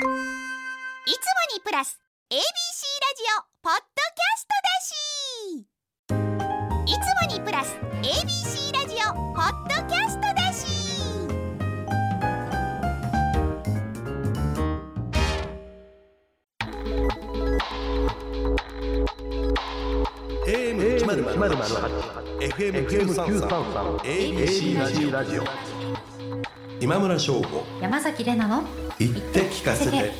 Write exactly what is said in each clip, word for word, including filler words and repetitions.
いつもにプラス エービーシー ラジオポッドキャストだしいつもにプラス エービーシー ラジオポッドキャストだしエーエムせんはち エフエムきゅうさんさん エービーシー ラジオ今村翔吾山崎怜奈の言って聞かせて。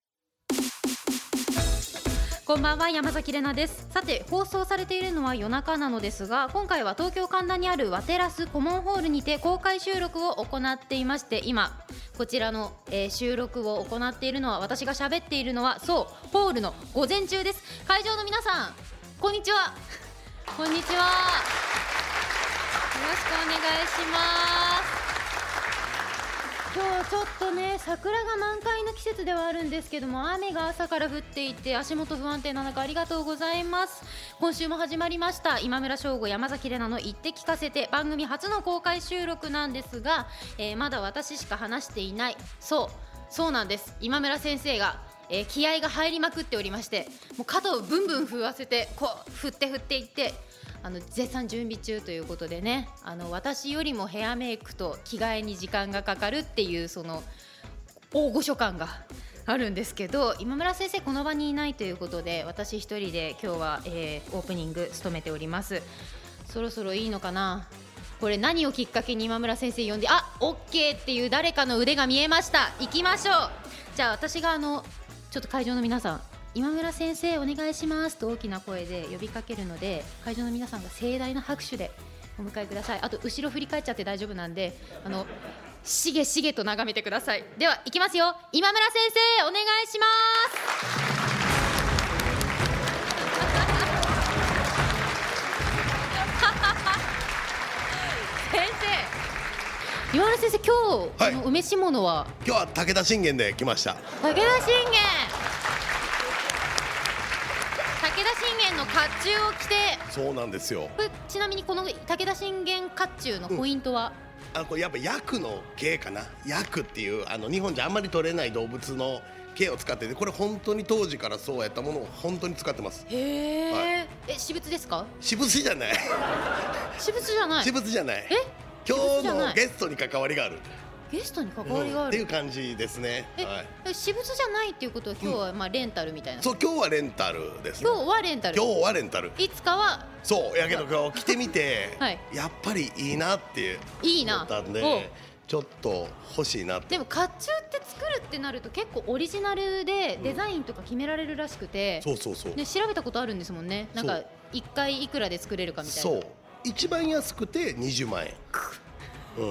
こんばんは、山崎怜奈です。さて、放送されているのは夜中なのですが、今回は東京神田にあるワテラスコモンホールにて公開収録を行っていまして、今こちらの、えー、収録を行っているのは、私が喋っているのはそうホールの午前中です。会場の皆さん、こんにちは。こんにちは、よろしくお願いします。今日ちょっとね、桜が満開の季節ではあるんですけども、雨が朝から降っていて足元不安定な中ありがとうございます。今週も始まりました今村翔吾山崎怜奈の言って聞かせて、番組初の公開収録なんですが、えー、まだ私しか話していない。そうそうなんです。今村先生がえー、気合が入りまくっておりまして、もう肩をブンブン振らせてこう振って振っていって、あの絶賛準備中ということでね、あの私よりもヘアメイクと着替えに時間がかかるっていう、その大御所感があるんですけど、今村先生この場にいないということで、私一人で今日は、えー、オープニング務めております。そろそろいいのかな。これ何をきっかけに今村先生呼んで、あ、オッケーっていう誰かの腕が見えました。行きましょう。じゃあ私があのちょっと会場の皆さん、今村先生お願いしますと大きな声で呼びかけるので、会場の皆さんが盛大な拍手でお迎えください。あと後ろ振り返っちゃって大丈夫なんで、あのしげしげと眺めてください。では行きますよ。今村先生お願いします。先生、今村先生、今日、はい、あのお召し物は今日は武田信玄で来ました。 武田信玄武田信玄の甲冑を着て。 そうなんですよ。 ちなみにこの武田信玄甲冑のポイントは、 うん、あこれやっぱヤクの毛かな。ヤクっていうあの日本じゃあんまり取れない動物の毛を使ってて、これ本当に当時からそうやったものを本当に使ってます。 へー、はい、え私物ですか。 私物じゃない私物じゃない。 私物じゃない。 え今日のゲストに関わりがある。 ゲストに関わりがある、うん、 っていう感じですね。 え、はい、私物じゃないっていうことは今日はまあレンタルみたいな、うん、 そう今日はレンタルですね。 今日はレンタル。 今日はレンタル。 いつかはそうやけど今日着てみて、 はい、 やっぱりいいなっていいな思ったんで、ちょっと欲しいなって。 でも甲冑って作るってなると結構オリジナルでデザインとか決められるらしくて、うん、そうそうそう、ね、調べたことあるんですもんね。なんかいっかいいくらで作れるかみたいな。そう一番安くてにじゅうまんえんうん、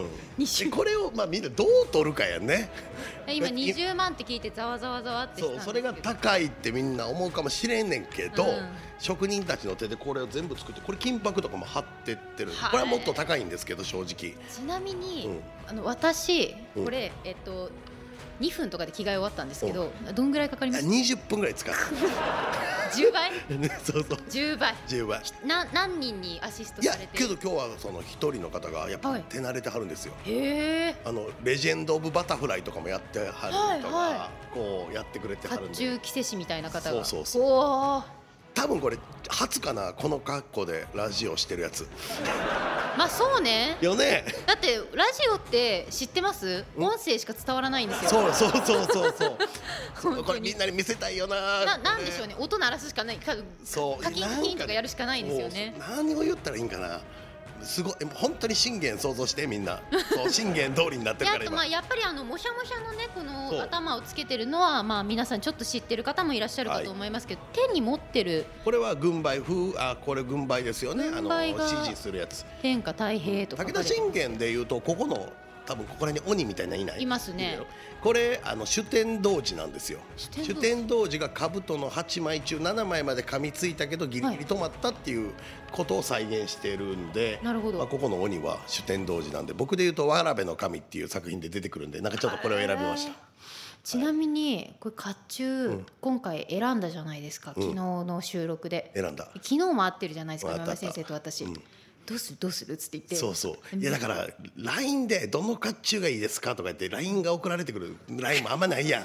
でこれをまあみんなどう取るかやね。 今にじゅうまんって聞いてざわざわざわってしたんですけど、 そうそれが高いってみんな思うかもしれんねんけど、 うん、 職人たちの手でこれを全部作って、これ金箔とかも貼ってってる、これはもっと高いんですけど正直。 ちなみに、うん、あの私これ、うん、えっとにふんとかで着替え終わったんですけど、うん、どんぐらいかかりました？ にじゅっぷんぐらい使ったじゅうばいそうそうじゅうばいじゅうばいな何人にアシストされて？ いやけど今日はその一人の方がやっぱ手慣れてはるんですよ、 はい、へあのレジェンド・オブ・バタフライとかもやってはる人が、はいはい、こうやってくれてはるんで、 甲冑着せ師みたいな方が。 そうそうそう、多分これ初かな、この格好でラジオしてるやつ。 まあそうねよね。 だってラジオって知ってます？音声しか伝わらないんですよ。 そうそうそうそうそうこれみんなに見せたいよな。 ななんでしょうね、音鳴らすしかないか、 そうカキンカキンとかやるしかないんですよね。 何を言ったらいいんかな。すごい本当に信玄想像してみんなそう信玄通りになってるから今。 あとまあやっぱりあのもしゃもしゃのねこの頭をつけてるのはまあ皆さんちょっと知ってる方もいらっしゃるかと思いますけど、はい、手に持ってるこれは軍配風、あこれ軍配ですよね、あの指示するやつ。 天下太平とか武田信玄でいうとここの多分ここら辺に鬼みたいないない？ いますね。 これあの主天童子なんですよ。主天童子が兜のはちまい中ななまいまで噛みついたけどギリギリ止まったっていうことを再現してるんで、 なるほど、 まあ、ここの鬼は主天童子なんで、僕でいうとわらべの神っていう作品で出てくるんで、なんかちょっとこれを選びました。 ちなみにこれ甲冑、うん、今回選んだじゃないですか、昨日の収録で、 うん、選んだ。 昨日も会ってるじゃないですか、山田先生と私、うん、どうするどうするっつって言って、 そうそういやだから ライン でどの甲冑がいいですかとか言って ライン が送られてくる ライン もあんまないやん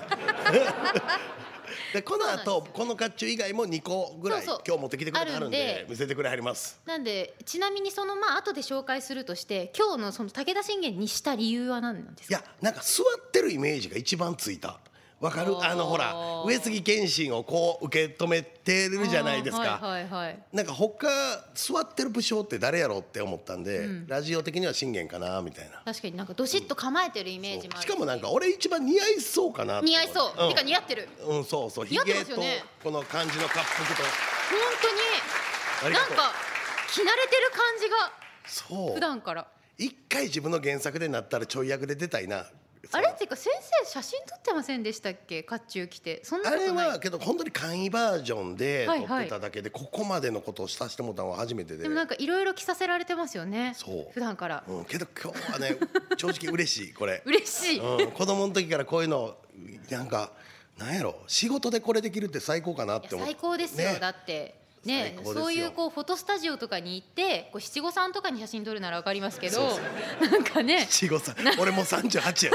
でこの後この甲冑以外もにこぐらいそうそう今日持ってきてくれてあるんであるんで見せてくれはります。 なんでちなみにそのまあ後で紹介するとして今日のその武田信玄にした理由は何なんですか？ いやなんか座ってるイメージが一番ついた。わかる？ あーあのほら上杉謙信をこう受け止めてるじゃないですか。 あーはいはいはい。 なんか他座ってる武将って誰やろうって思ったんで、 うんラジオ的には信玄かなみたいな。 確かになんかどしっと構えてるイメージもあるしかもなんか俺一番似合いそうかなって似合いそう、 んてか似合ってるうんそうそうひ似合ってげとますよねこの感じの滑覆と本当にありがとうなんか着慣れてる感じがそう普段から一回自分の原作でなったらちょい役で出たいな。 あれっていうか先生写真撮ってませんでしたっけ？甲冑着てそんなあれことないはけど本当に簡易バージョンではいはい撮ってただけでここまでのことをさせてもらったのは初めてで。 でもなんかいろいろ着させられてますよねそう普段からうん、けど今日はね正直嬉しいこれ、 嬉しい、 うん、子供の時からこういうのなんかなんやろ仕事でこれできるって最高かなっいやて思って最高ですよ、 ねだってね最高ですよそういうこうフォトスタジオとかに行ってこう七五三とかに写真撮るならわかりますけどそうそなんかね七五三俺もさんじゅうはちや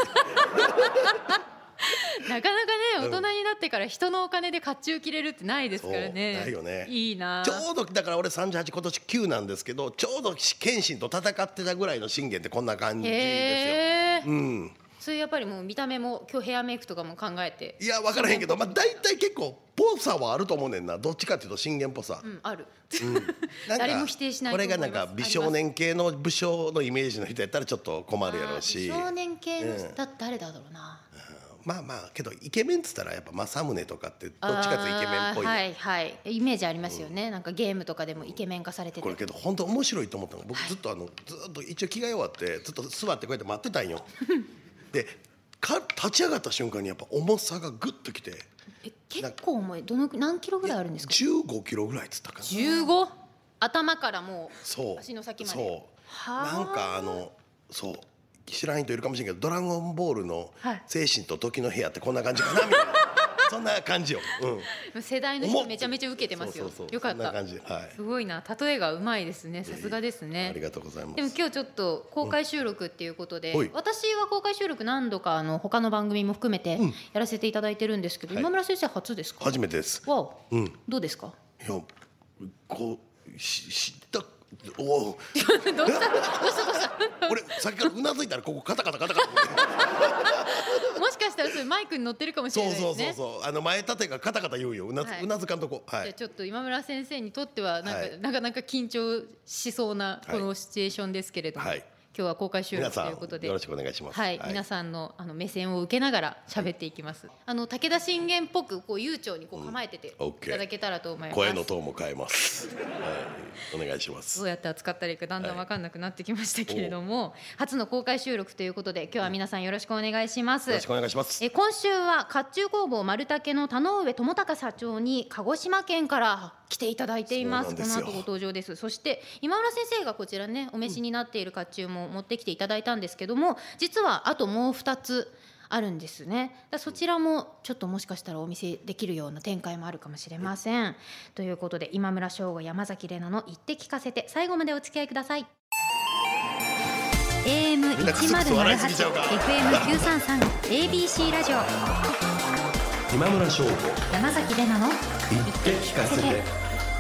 なかなかねうん大人になってから人のお金で甲冑着れるってないですからね。 そうないよねいいな。 ちょうどだから俺さんじゅうはち今年きゅうなんですけどちょうど謙信と戦ってたぐらいの信玄ってこんな感じですよ。 へえ。 うんそれやっぱりもう見た目も今日ヘアメイクとかも考えて。 いや分からへんけど、まあ、大体結構ぽさはあると思うねんな。どっちかっていうと信玄っぽさ、 うんある。 うんなんか誰も否定しないと思いますこれがなんか美少年系の武将のイメージの人やったらちょっと困るやろうし、 あー少年系のうんだ誰だろうな。 まあまあけどイケメンっつったらやっぱ政宗とかってどっちかっていうとイケメンっぽいやん、 あーはいはいイメージありますよね、なんかゲームとかでもイケメン化されててこれけど本当面白いと思ったの僕ずっとあのずっと一応着替え終わってずっと座ってこうやって待ってたんよでか立ち上がった瞬間にやっぱ重さがグッときてえ結構重いどの何キロぐらいあるんですか？ じゅうごキロぐらいっつったかな。 じゅうご頭からもそうう足の先までそうはあなんかあのそう知らん人いるかもしれんけどドラゴンボールのはい精神と時の部屋ってこんな感じかなみたいなそんな感じよ、うん、 世代の人めちゃめちゃ受けてますよ。 そうそうそうよかったそんな感じ、はい、 すごいな例えがうまいですねさすがですあねり。がとうございます。 でも今日ちょっと公開収録っていうことで、 うんはい私は公開収録何度かあの他の番組も含めてうんやらせていただいてるんですけど、 はい今村先生初ですか？ 初めてです。 わお、 うんどうですか？ いやこうし知ったおおどうしたどうしたどうした俺さっきからうなずいたらここカタカタカタカタもしかしたらそれマイクに乗ってるかもしれそうないですね。 そうそうそうあの前立てがカタカタ言うようなず、 はいうなずかんとこはじゃあいちょっと今村先生にとってはなんか、 はいなかなか緊張しそうなこのシチュエーションですけれども、 はい今日は公開収録と皆さんいうことでよろしくお願いします。 はい、皆さんのあの目線を受けながら喋っていきます。あの武田信玄っぽくこう悠長にこう構えててうんいただけたらと思います。 声のトーンも変えます。はい、お願いします。 どうやって扱ったらいいかだんだん分かんなくなってきましたけれども、初の公開収録ということで今日は皆さんよろしくお願いします。 よろしくお願いします。 え今週は甲冑工房丸竹の田上智隆社長に鹿児島県から来ていただいています。こそうなんですよの後ご登場です。そして今村先生がこちらねお召しになっている甲冑も持ってきていただいたんですけども、実はあともうふたつあるんですね。だそちらもちょっともしかしたらお見せできるような展開もあるかもしれません。ということで今村翔吾山崎怜奈の言って聞かせて最後までお付き合いください。エーエム いちまるまるはち エフエムきゅうさんさん エービーシー ラジオ今村翔吾山崎怜奈の言って聞かせて。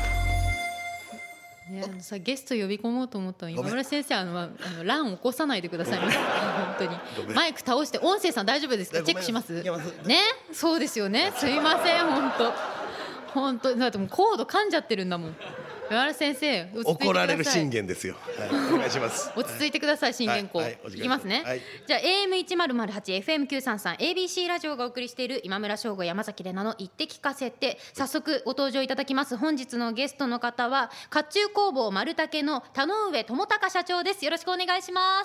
ね、あのさゲスト呼び込もうと思ったのごめん今村先生あのあの乱起こさないでくださいね本当ごめんにマイク倒して音声さん大丈夫ですかいやチェックしますごめんいけますねそうですよねすいません本当本当だってもうコード噛んじゃってるんだもん山村先生落ち着いてください怒られる信玄ですよ。はい、お願いします。 落ち着いてください信玄公、 はいはいお時間いきますね、 はいじゃあ エーエムいちまるまるはち エフエムきゅうさんさん エービーシー ラジオがお送りしている今村翔吾山崎怜奈の言って聞かせて早速ご登場いただきます。本日のゲストの方は甲冑工房丸竹の田上智隆社長です。よろしくお願いします。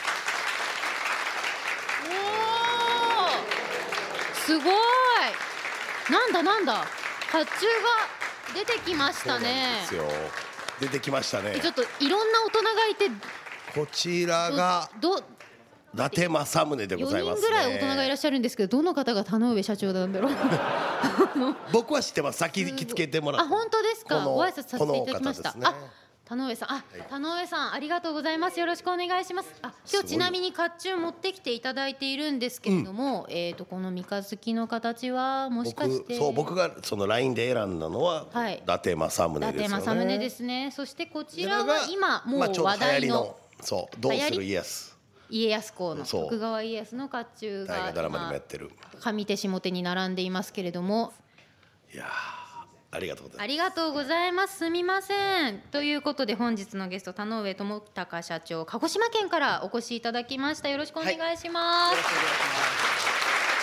おーすごいなんだなんだ甲冑が出てきましたね。 そうなんですよ。出てきましたねえ。ちょっといろんな大人がいてこちらがど伊達政宗でございよにんますね。 ぐらい大人がいらっしゃるんですけどどの方が田上社長なんだろう僕は知ってます。先に着付けてもらった。 あ本当ですかこのご挨拶させていただきました、 このお方ですねあ田上さん、あ、田上さんありがとうございます。よろしくお願いします。あ、今日ちなみに甲冑持ってきていただいているんですけれども、うん、えっとこの三日月の形はもしかして、 僕そう僕がそのラインで選んだのは、はい、伊達政宗ですよね。 伊達政宗ですね。そしてこちらは今もう話題の、 そうどうする家康。 家康公の徳川家康の甲冑が今上手下手に並んでいますけれども、 いやありがとうございます。 ありがとうございます。すみません。ということで本日のゲスト田上智隆社長、鹿児島県からお越しいただきました。よろしくお願いします。はい、よろしくお願いします。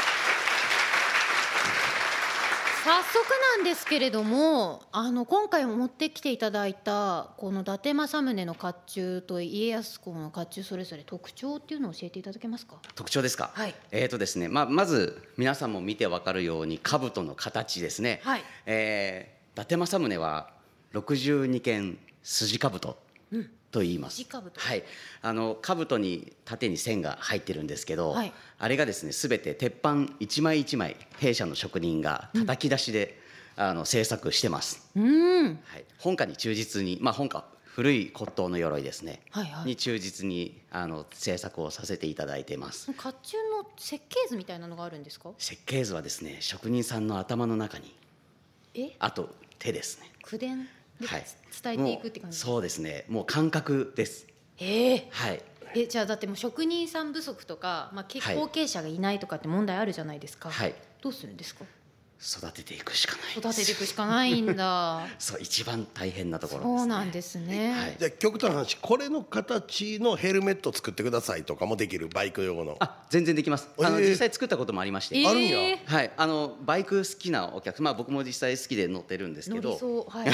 早速なんですけれども、あの今回持ってきていただいたこの伊達政宗の甲冑と家康公の甲冑、それぞれ特徴っていうのを教えていただけますか。 特徴ですか。 はい、 えーとですね、まあ、まず皆さんも見て分かるように兜の形ですね。 はい、 えー、伊達政宗はろくじゅうにけん筋兜と言います。 筋兜、 はい、あの兜に縦に線が入ってるんですけど、 はい、 あれがですね全て鉄板一枚一枚弊社の職人が叩き出しで、うん、あの制作してます。 うん、 はい、本家に忠実に、まあ、本家古い骨董の鎧ですね、 はいはい、 に忠実にあの制作をさせていただいています。 甲冑の設計図みたいなのがあるんですか。 設計図はですね職人さんの頭の中に、 えあと手ですね。 口伝ではい、 伝えていくって感じ。 そうですね、もう感覚です。 えーはい、 えじゃあだってもう職人さん不足とか、まあ、後継者がいないとかって問題あるじゃないですか。 はい、 どうするんですか。 育てていくしかない。 育てていくしかないんだ。 そう一番大変なところですね。 ね。 そうなんですね。 はい、 じゃあ極端な話、これの形のヘルメット作ってくださいとかもできる、バイク用の。 あ、全然できます。あの、えー、実際作ったこともありまして。 えー、 あるんや。 はい、あのバイク好きなお客、まあ僕も実際好きで乗ってるんですけど。 乗りそう、はい。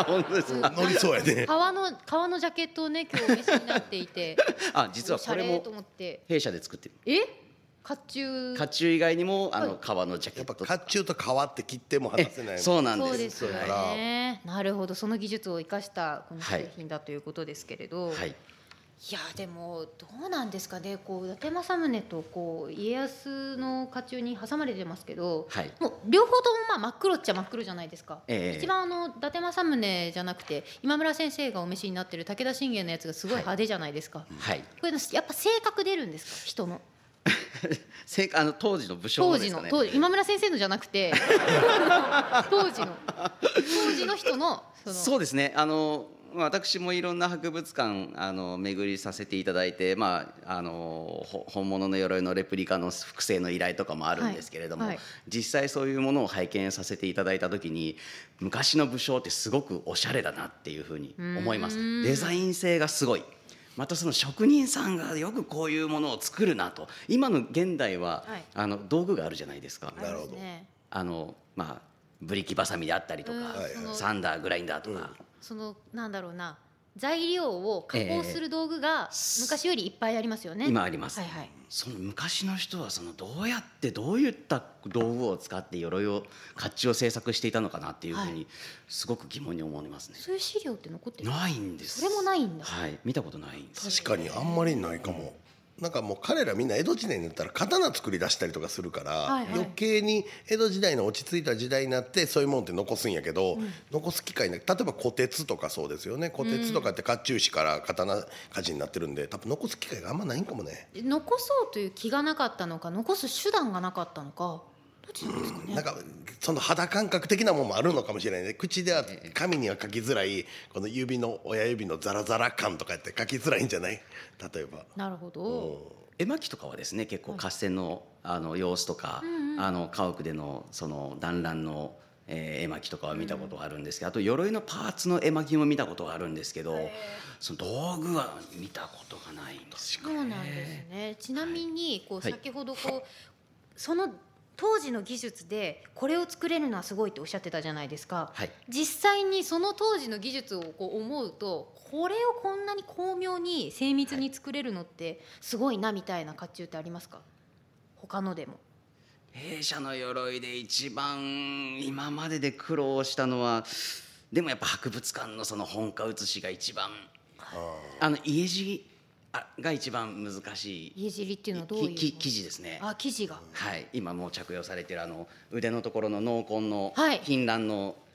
本当ですか。 乗りそうやね。 革の革のジャケットをね今日お召しになっていて。 あ、実はこれも弊社で作ってる。 え？甲冑甲冑以外にもあの革のジャケット、 やっぱ甲冑と革って切っても離せない。 そうなんです。 そうですよね。なるほど、その技術を生かしたこの製品だということですけれど、 はい、 いやでもどうなんですかね、こう伊達政宗とこう家康の甲冑に挟まれてますけど、 はい、 もう両方ともまあ真っ黒っちゃ真っ黒じゃないですか。 えー、 一番あの伊達政宗じゃなくて今村先生がお召しになってる武田信玄のやつがすごい派手じゃないですか。 はい、 これやっぱ性格出るんですか、人の。 あの当時の武将ですかね。 当時の当時今村先生のじゃなくて当時の当時の人のその。 そうですね、あの私もいろんな博物館あの巡りさせていただいて、まあ、あの本物の鎧のレプリカの複製の依頼とかもあるんですけれども、はいはい、実際そういうものを拝見させていただいた時に昔の武将ってすごくおしゃれだなっていうふうに思います。デザイン性がすごい、またその職人さんがよくこういうものを作るなと。今の現代は、はい、あの道具があるじゃないですか。 なるほど。 あのまあブリキバサミであったりとか、うん、サンダーグラインダーとか、うん、 そのなんだろうな、材料を加工する道具が昔よりいっぱいありますよね。 今あります、 はいはい、 その昔の人はそのどうやってどういった道具を使って鎧を甲冑を製作していたのかなっていうふうにすごく疑問に思いますね。 そういう資料って残ってる？ ないんです。 それもないんだ。 はい、見たことないんです。 確かにあんまりないかも。なんかもう彼らみんな江戸時代になったら刀作り出したりとかするから、はいはい、余計に江戸時代の落ち着いた時代になってそういうもんって残すんやけど、うん、残す機会な例えば虎鉄とかそうですよね。虎鉄とかって甲冑師から刀鍛冶になってるんで、多分残す機会があんまないんかもね。 残そうという気がなかったのか、残す手段がなかったのか、どっちなんですかね。 うん、なんかその肌感覚的なものもあるのかもしれないね。口では紙には書きづらいこの指の親指のザラザラ感とかって書きづらいんじゃない？例えば。 なるほど。 絵巻とかはですね、結構合戦のあの様子とか、うんうん、あの家屋でのその団らんの、えー、絵巻とかは見たことがあるんですけど、あと鎧のパーツの絵巻も見たことがあるんですけど、その道具は見たことがないんですよね。 そうなんですね。ちなみにこう先ほどこう、はい、その当時の技術でこれを作れるのはすごいっておっしゃってたじゃないですか、 はい、 実際にその当時の技術をこう思うと、これをこんなに巧妙に精密に作れるのってすごいなみたいな甲冑ってありますか？他のでも。 弊社の鎧で一番今までで苦労したのは、でもやっぱ博物館のその本家写しが一番、あの家地が一番難しい。 家尻っていうのはどういうの？ 生地ですね。 あ、生地が。 はい、今もう着用されているあの腕のところの濃紺のはい、 金襴の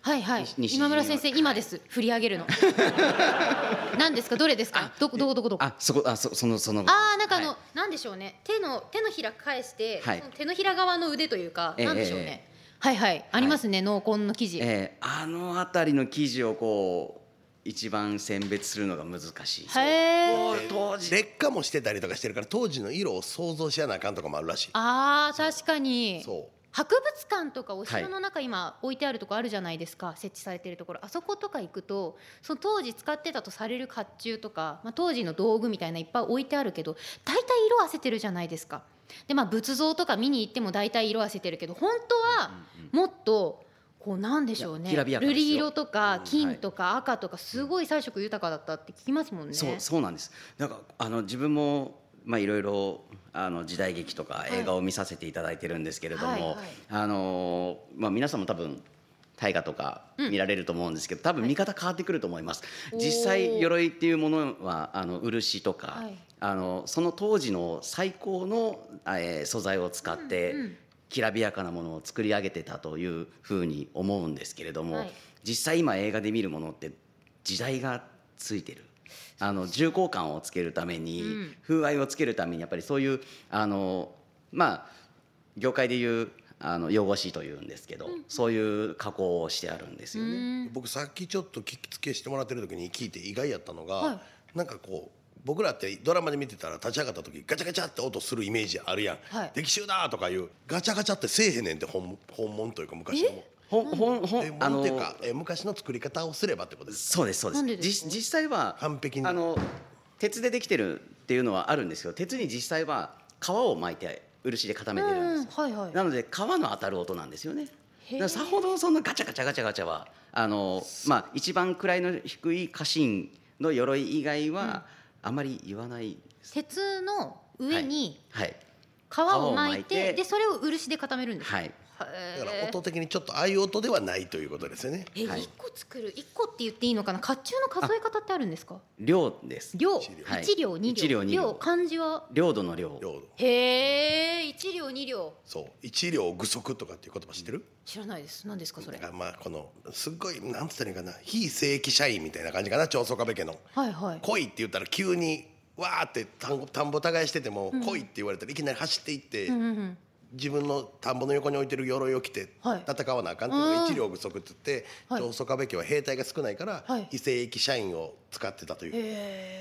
はいはい。 西今村先生、今です振り上げるの。何ですか、どれですか。どこどこどこどこ。 あ、そこ、あ、そそのその。 ああ、なんかあの、 はい、 なんでしょうね。手の手のひら返して、 はい、 その手のひら側の腕というか、 えー、 なんでしょうね。はいはい、ありますね、濃紺の生地。 えー、あのあたりの生地をこう一番選別するのが難しい。 へえ。当時劣化もしてたりとかしてるから、当時の色を想像しやなあかんとかもあるらしい。 ああ、確かに。 そう。 博物館とかお城の中、今置いてあるとこあるじゃないですか、設置されているところ。あそことか行くと、その当時使ってたとされる甲冑とか、まあ、当時の道具みたいないっぱい置いてあるけど、大体色あせてるじゃないですか。で、まあ、仏像とか見に行っても大体色あせてるけど、本当はもっとこうなんでしょうね、瑠璃色とか金とか赤とかすごい彩色豊かだったって聞きますもんね。 そう、そうなんです。なんかあの自分もまあいろいろあの時代劇とか映画を見させていただいてるんですけれども、はいはいはい、あのまあ皆さんも多分大河とか見られると思うんですけど、うん、多分見方変わってくると思います。はい、実際鎧っていうものはあの漆とか、はい、あのその当時の最高の、えー、素材を使って、うんうん、きらびやかなものを作り上げてたというふうに思うんですけれども、はい、実際今映画で見るものって時代がついてる。あの重厚感をつけるために、うん、風合いをつけるためにやっぱりそういうあのまあ業界でいうあの汚しというんですけど、うん、そういう加工をしてあるんですよね。 僕さっきちょっと聞きつけしてもらってる時に聞いて意外やったのが、はい、なんかこう僕らってドラマで見てたら立ち上がった時ガチャガチャって音するイメージあるやん、はい、歴史だとかいうガチャガチャってせえへんねんって、本本物というか昔のほんほんほんあのてかえ昔の作り方をすればってことですか。 そうですそうです。で実実際は完璧にあの鉄でできてるっていうのはあるんですけど、鉄に実際は皮を巻いて漆で固めてるんですよ、はいはい、なので皮の当たる音なんですよね。だからさほどそんなガチャガチャガチャガチャはあの、まあ、一番位の低い家臣の鎧以外はあまり言わない、うん、 鉄の上に皮を巻いて、はいはい、でそれを漆で固めるんですか。はい、 だから音的にちょっとああいう音ではないということですよね。 え、はい、いっこ作るいっこって言っていいのかな。甲冑の数え方ってあるんですか。 両です。 両、はい、いち両に両両漢字は領土の領。 へえ、いち両に両。 そういち両具足とかっていう言葉知ってる？ 知らないです。何ですかそれ。 まあこのすっごいなんつったらいいかな、非正規社員みたいな感じかな、長宗我部家の。はいはい。来いって言ったら急にわーって田んぼ田んぼ耕してても、うん、来いって言われたらいきなり走っていって。うんうんうん、自分の田んぼの横に置いてる鎧を着て戦わなあかんっていうのが一両具足って言って、長宗我部家は兵隊が少ないから非正規社員を使ってたという、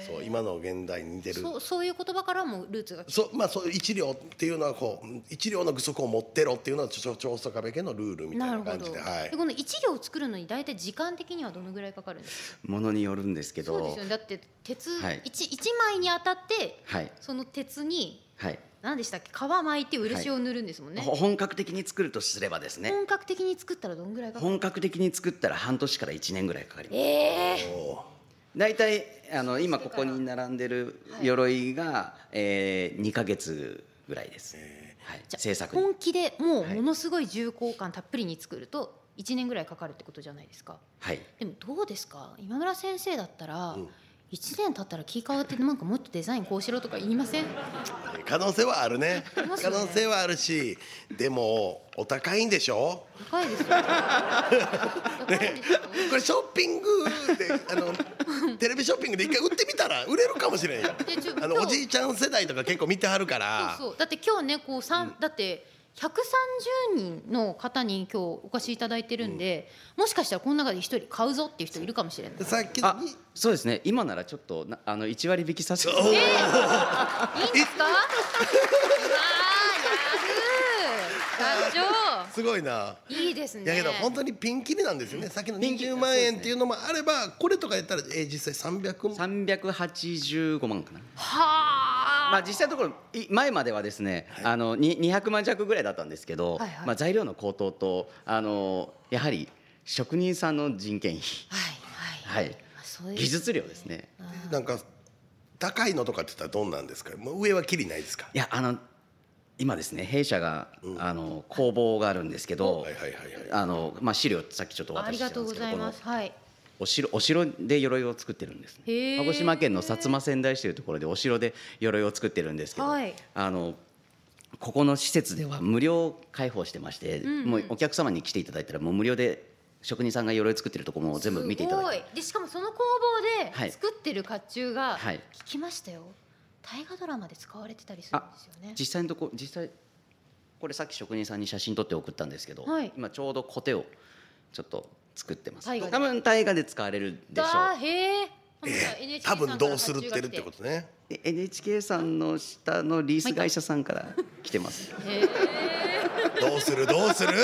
そう今の現代に似てる。 そう、そういう言葉からもルーツが。 そう、まあそう一両っていうのはこう一両の具足を持ってろっていうのは長宗我部家のルールみたいな感じで、はい、 でこの一両を作るのに大体時間的にはどのぐらいかかるんですか。 ものによるんですけど。 そうですよね。だって鉄、はい、一一枚に当たって、はい、その鉄に、はい、何でしたっけ、皮巻いて漆を塗るんですもんね、 はい、本格的に作るとすればですね。 本格的に作ったらどんぐらいかかる。 本格的に作ったら半年からいちねんぐらいかかります。 えー、 だいたいあの今ここに並んでる鎧が、はい、えー、にかげつぐらいです、えーはい、 じゃ制作に本気でもうものすごい重厚感たっぷりに作るといちねんぐらいかかるってことじゃないですか。はい、でもどうですか、今村先生だったら、うん、いちねん経ったら気変わってなんかもっとデザインこうしろとか言いません？ 可能性はあるね。可能性はあるし、でもお高いんでしょ。 高いですよ。高いですよ。 これショッピングであのテレビショッピングで一回売ってみたら売れるかもしれんよ。あのおじいちゃん世代とか結構見てはるから。 そうそう、だって今日ねこうさん、うん、だってひゃくさんじゅうにんの方に今日お越しいただいてるんで、うん、もしかしたらこの中で一人買うぞっていう人いるかもしれない。 さっきあそうですね、今ならちょっとなあのいち割引きさせて、えー、いいんですか。課長すごいな。 いいですね。 やけど本当にピンキリなんですよね。さっきのにじゅうまんえんっていうのもあれば、これとかやったら、えー、実際さんびゃくまんさんびゃくはちじゅうごまんかな。 はあ、 まあ、実際のところ前まではですね、はい、あのにひゃくまん弱ぐらいだったんですけど、はいはい、まあ、材料の高騰とあのやはり職人さんの人件費、はいはいはい、技術料ですね。 なんか高いのとかって言ったらどんなんですか。もう上はきりないですか。 いや、あの今ですね弊社が、うん、あの工房があるんですけど、あのまあ資料さっきちょっとお渡ししたんですけど、ありがとうございます。はい、お城お城で鎧を作ってるんですね。鹿児島県の薩摩川内市というところでお城で鎧を作ってるんですけど、はい、あのここの施設では無料開放してまして、うんうん、もうお客様に来ていただいたらもう無料で職人さんが鎧作ってるところも全部見ていただいて、 すごいでしかもその工房で作ってる甲冑が、 はい、 聞きましたよ、大河ドラマで使われてたりするんですよね。 実際のとこ実際これさっき職人さんに写真撮って送ったんですけど、 はい、 今ちょうどコテをちょっと作ってます。 大河多分大河で使われるでしょう。 あへーえー、多分どうするってるってことね。 エヌエイチケー さんの下のリース会社さんから来てます。 へーどうするどうする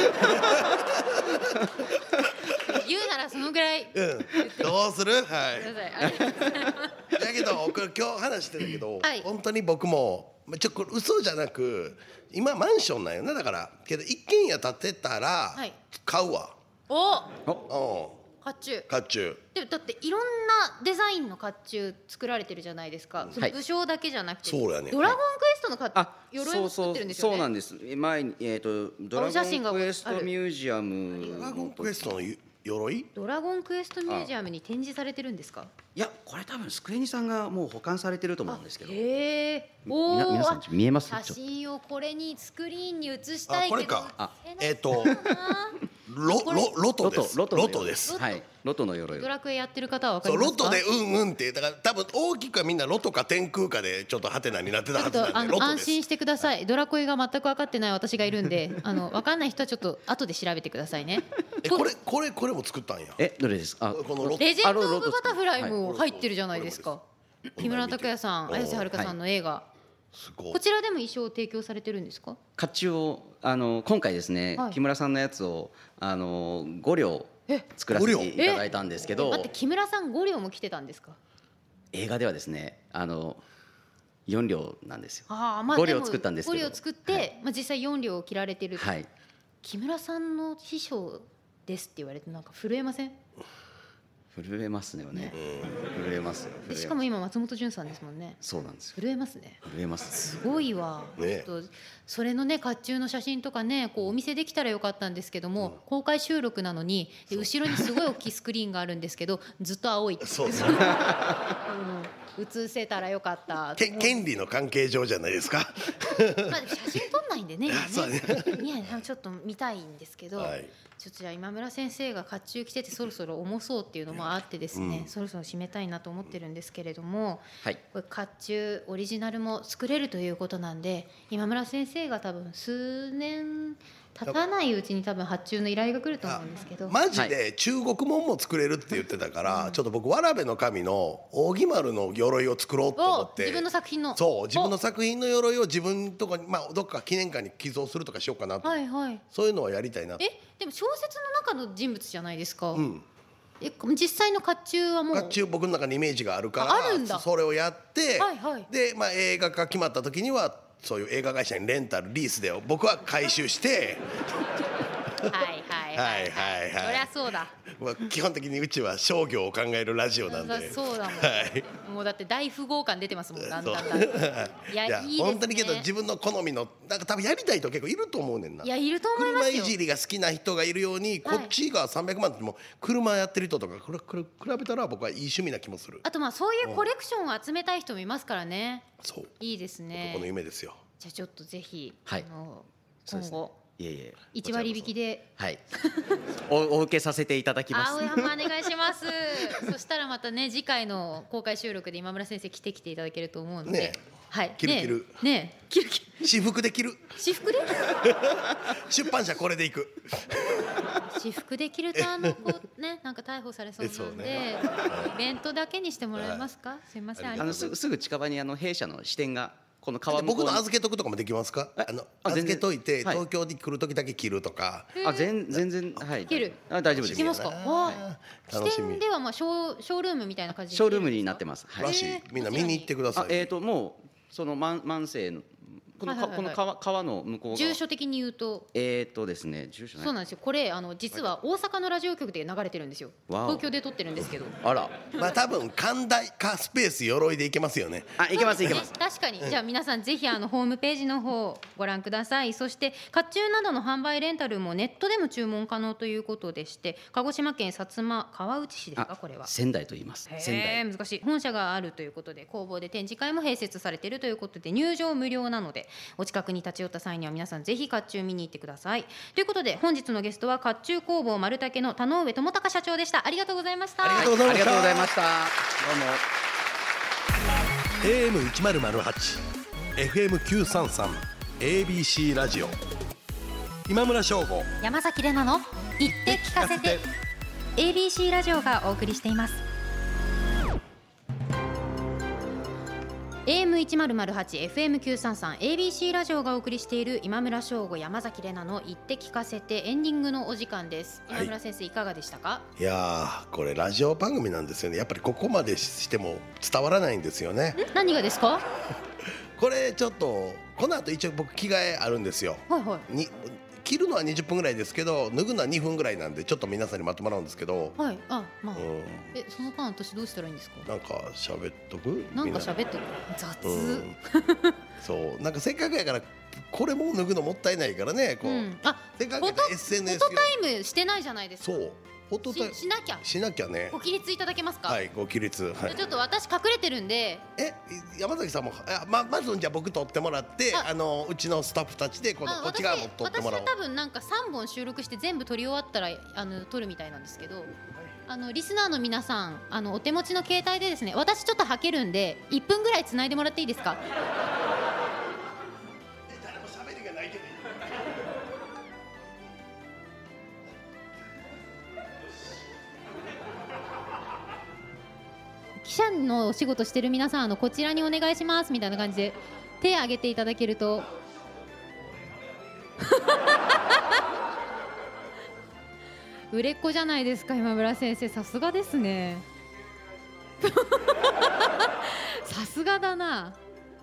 言うならそのぐらい、 うん、どうするはいください。 だけどこれ今日話してるけど、 はい、 本当に僕もちょこれ嘘じゃなく今マンションなんよね。だからけど一軒家建てたら買うわ、 はい、おお甲醑甲冑でもだっていろんなデザインの甲冑作られてるじゃないですか、うん、その武将だけじゃなくて、 そうやね、 ドラゴンクエストの甲冑鎧も作ってるんですよね。 そうそうそうなんです。前に、えー、とドラゴンクエストミュージアムドラゴンクエストの鎧ドラゴンクエストミュージアムに展示されてるんですか。 いやこれ多分スクエニさんがもう保管されてると思うんですけど。 へえ。おお皆さん見えます？ 写真をこれにスクリーンに映したいけど、 あこれかあえっ、ー、とロロロトです。 ロトロトです。 はい。ロトの鎧。 ドラクエやってる方はわかりますか？ そうロトでうんうんってだから多分大きくはみんなロトか天空かでちょっとハテナになってたはずなんで。 あのロトです。 安心してください。ドラクエが全く分かってない私がいるんで、あの分かんない人はちょっと後で調べてくださいね。 えこれこれこれも作ったんや。 えどれですか？ このロトレジェンド・オブ・バタフライも入ってるじゃないですか。木村拓哉さん、綾瀬はるかさんの映画。 すごい。 こちらでも衣装を提供されてるんですか？ 甲冑をあの今回ですね、 はい、 木村さんのやつをあのご両作らせていただいたんですけど、 待って木村さんご両も着てたんですか？ 映画ではですねあのよん両なんですよ。 あ、まあ、 ご両作ったんですけどご両作って、はい、まあ、実際よん両着られてる、 はい、 木村さんの師匠ですって言われてなんか震えません？ 震えますよね。震えますよ。 でしかも今松本潤さんですもんね。 そうなんですよ。 震えますね。 震えます。 すごいわ。 ね、 ちょっとそれのね甲冑の写真とかねこうお見せできたらよかったんですけども、うん、公開収録なのに後ろにすごい大きいスクリーンがあるんですけどずっと青い。 そうそう。 映せたらよかった。 け権利の関係上じゃないですか。 まあ写真撮んないんでね。 そうね。 いやちょっと見たいんですけど。はい、ちょっとじゃあ今村先生が甲冑着ててそろそろ重そうっていうのもあってですね、うん、そろそろ締めたいなと思ってるんですけれども、はい、これ甲冑オリジナルも作れるということなんで今村先生が多分数年経たないうちに多分発注の依頼が来ると思うんですけど、 マジで中国もんも作れるって言ってたから、はい、ちょっと僕わらべの神の扇丸の鎧を作ろうと思って自分の作品のそう自分の作品の鎧を自分とこに、まあ、どっか記念館に寄贈するとかしようかなと、はいはい、そういうのはやりたいなと。 えでも小説の中の人物じゃないですか、 うん、 え実際の甲冑はもう甲冑僕の中にイメージがあるからあるんだそれをやって、 はいはい、で、 まあ、映画化決まった時にはそういう映画会社にレンタルリースで僕は回収してはいはいはいはい、そりゃそうだ。 基本的にうちは商業を考えるラジオなんでそうだもん、はい、もうだって大富豪感出てますもんだんだんだんいや, いやいいですね、本当にけど自分の好みのなんか多分やりたい人結構いると思うねんな。 いやいると思いますよ。 車いじりが好きな人がいるように、はい、こっちがさんびゃくまんっても車やってる人とかこれこれ比べたら僕はいい趣味な気もする。 あとまあそういうコレクションを集めたい人もいますからね、 うん、そういいですね。 男の夢ですよ。 じゃあちょっとぜひ、 はい、 あの今後いえいえいち割引きではいお, お受けさせていただきます。 あお願いしますそしたらまたね次回の公開収録で今村先生来てきていただけると思うので、ね、はい、 着る着るねえ着る着る私服で着る私服で出版社これで行く私服で着るとあのこうねなんか逮捕されそうなんで、ね、イベントだけにしてもらえますか、はい、すいません。 あのすすぐ近場にあの弊社の支店がこの川僕の預けとくとかもできますか？あの預けといて東京に来る時だけ着るとか。 あ全全然はい着るあ大丈夫です。 着ますか？わ楽しみ。 支店ではまあショーショールームみたいな感じでショールームになってます。 らしい。みんな見に行ってください。 えっともうその万万世のこのこの川川の向こうが住所的に言うとえっとですね住所そうなんですよ。これあの実は大阪のラジオ局で流れてるんですよ。東京で撮ってるんですけど。 あら。 まあ多分寛大かスペース鎧でいけますよね。 あいけますいけます。 確かに。じゃあ皆さんぜひあのホームページの方ご覧ください。そして甲冑などの販売レンタルもネットでも注文可能ということでして、鹿児島県薩摩川内市ですかこれは。 仙台と言います。仙台。 難しい。本社があるということで工房で展示会も併設されているということで入場無料なのでお近くに立ち寄った際には皆さんぜひ甲冑見に行ってください。ということで本日のゲストは甲冑工房丸竹の田上智隆社長でした。ありがとうございました。 ありがとうございました。 ありがとうございました。どうも。 エーエムせんはち エフエムきゅうさんさん エービーシー ラジオ今村翔吾山崎怜奈の言って聞かせて エービーシー ラジオがお送りしています。 エーエムせんはち エフエムきゅうさんさん エービーシー ラジオがお送りしている今村翔吾山崎怜奈の言って聞かせてエンディングのお時間です。今村先生、はい、いかがでしたか？ いやーこれラジオ番組なんですよね。やっぱりここまでしても伝わらないんですよね。 何がですか？ これちょっとこの後一応僕着替えあるんですよ。 はいはい。 に着るのはにじゅっぷんぐらいですけど脱ぐのはにふんぐらいなんでちょっと皆さんにまともらうんですけど、 はい、あ、まあ、うん、えその間私どうしたらいいんですか？ なんか喋っとく？ なんか喋っとく？雑、うん、 そうなんかせっかくやからこれも脱ぐのもったいないからねこう、うん、 あせっかくやから エスエヌエスフォトタイムしてないじゃないですか。 そうフォトタイムし, しなきゃしなきゃね。 ご起立いただけますか？ はいご起立、はい、 ちょっと私隠れてるんでえ山崎さんもあ ま, まずじゃあ僕撮ってもらってあのうちのスタッフたちでこのこっち側も撮ってもらおう。 私は多分なんかさんぼん収録して全部撮り終わったらあの撮るみたいなんですけど、あのリスナーの皆さんあのお手持ちの携帯でですね、私ちょっとはけるんでいっぷんぐらいつないでもらっていいですか？ 誰も喋りがないけど記者のお仕事してる皆さんあのこちらにお願いしますみたいな感じで手を挙げていただけると売れっ子じゃないですか今村先生、さすがですねさすがだな。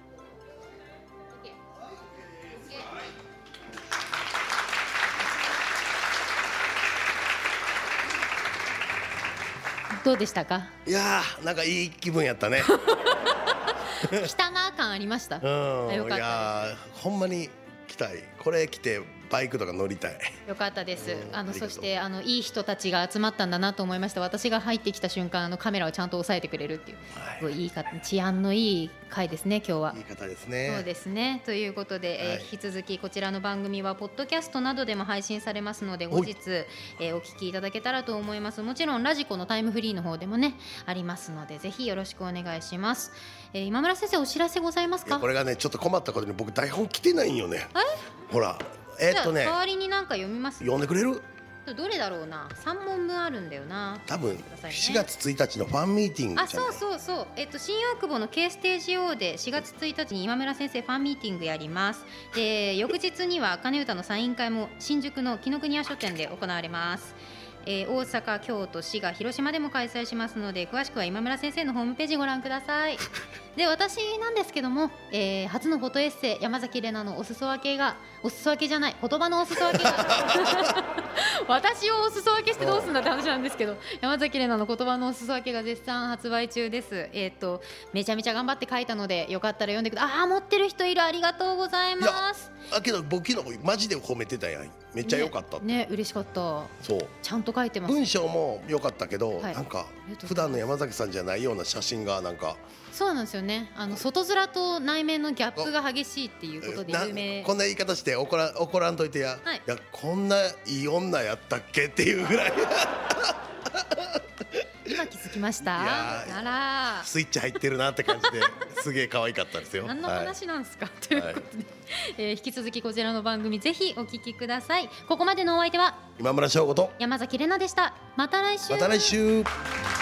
どうでしたか？ いやーなんかいい気分やったね来たな感ありました。 うん、 よかったです。いやほんまに来たい。これ来てバイクとか乗りたい。 よかったです。あのそしてあのいい人たちが集まったんだなと思いました。私が入ってきた瞬間あのカメラをちゃんと押さえてくれるっていう、はい、すごいいいか治安のいい回ですね今日は。 いい方ですね。 そうですね。ということで、はい、えー、引き続きこちらの番組はポッドキャストなどでも配信されますので後日、えー、お聞きいただけたらと思います。もちろんラジコのタイムフリーの方でもねありますのでぜひよろしくお願いします。えー、今村先生お知らせございますか？ これがねちょっと困ったことに僕台本来てないんよね。ほらえー、っとね代わりに何か読みます。 読んでくれる？ どれだろうな。さんもんぶんあるんだよな。 多分しがつついたちのファンミーティングじゃない？ あ、そうそうそう。えっと新大久保の K ステージ O でしがつついたちに今村先生ファンミーティングやります。で翌日には金歌のサイン会も新宿の紀ノ国屋書店で行われます。えー、大阪、京都、滋賀、広島でも開催しますので詳しくは今村先生のホームページご覧ください。で私なんですけども、えー、初のフォトエッセイ山崎怜奈のお裾分けがお裾分けじゃない言葉のお裾分けが私をお裾分けしてどうすんだって話なんですけど山崎怜奈の言葉のお裾分けが絶賛発売中です。えー、っとめちゃめちゃ頑張って書いたのでよかったら読んでください。あー持ってる人いる、ありがとうございます。 いやあけど僕のマジで褒めてたやん。めっちゃ良かったってね、ね嬉しかった。 そうちゃんと書いてます。 文章も良かったけど、 はい、 なんか普段の山崎さんじゃないような写真がなんかそうなんですよね。あの外面と内面のギャップが激しいっていうことで有名。 こんな言い方して怒ら怒らんといてや、はい、いやこんないい女やったっけっていうぐらい今気づきました。あらスイッチ入ってるなって感じですげえ可愛かったですよ。 何の話なんですか、はい、ということで、えー、引き続きこちらの番組ぜひお聞きください。ここまでのお相手は今村翔吾と山崎怜奈でした。また来週。 また来週。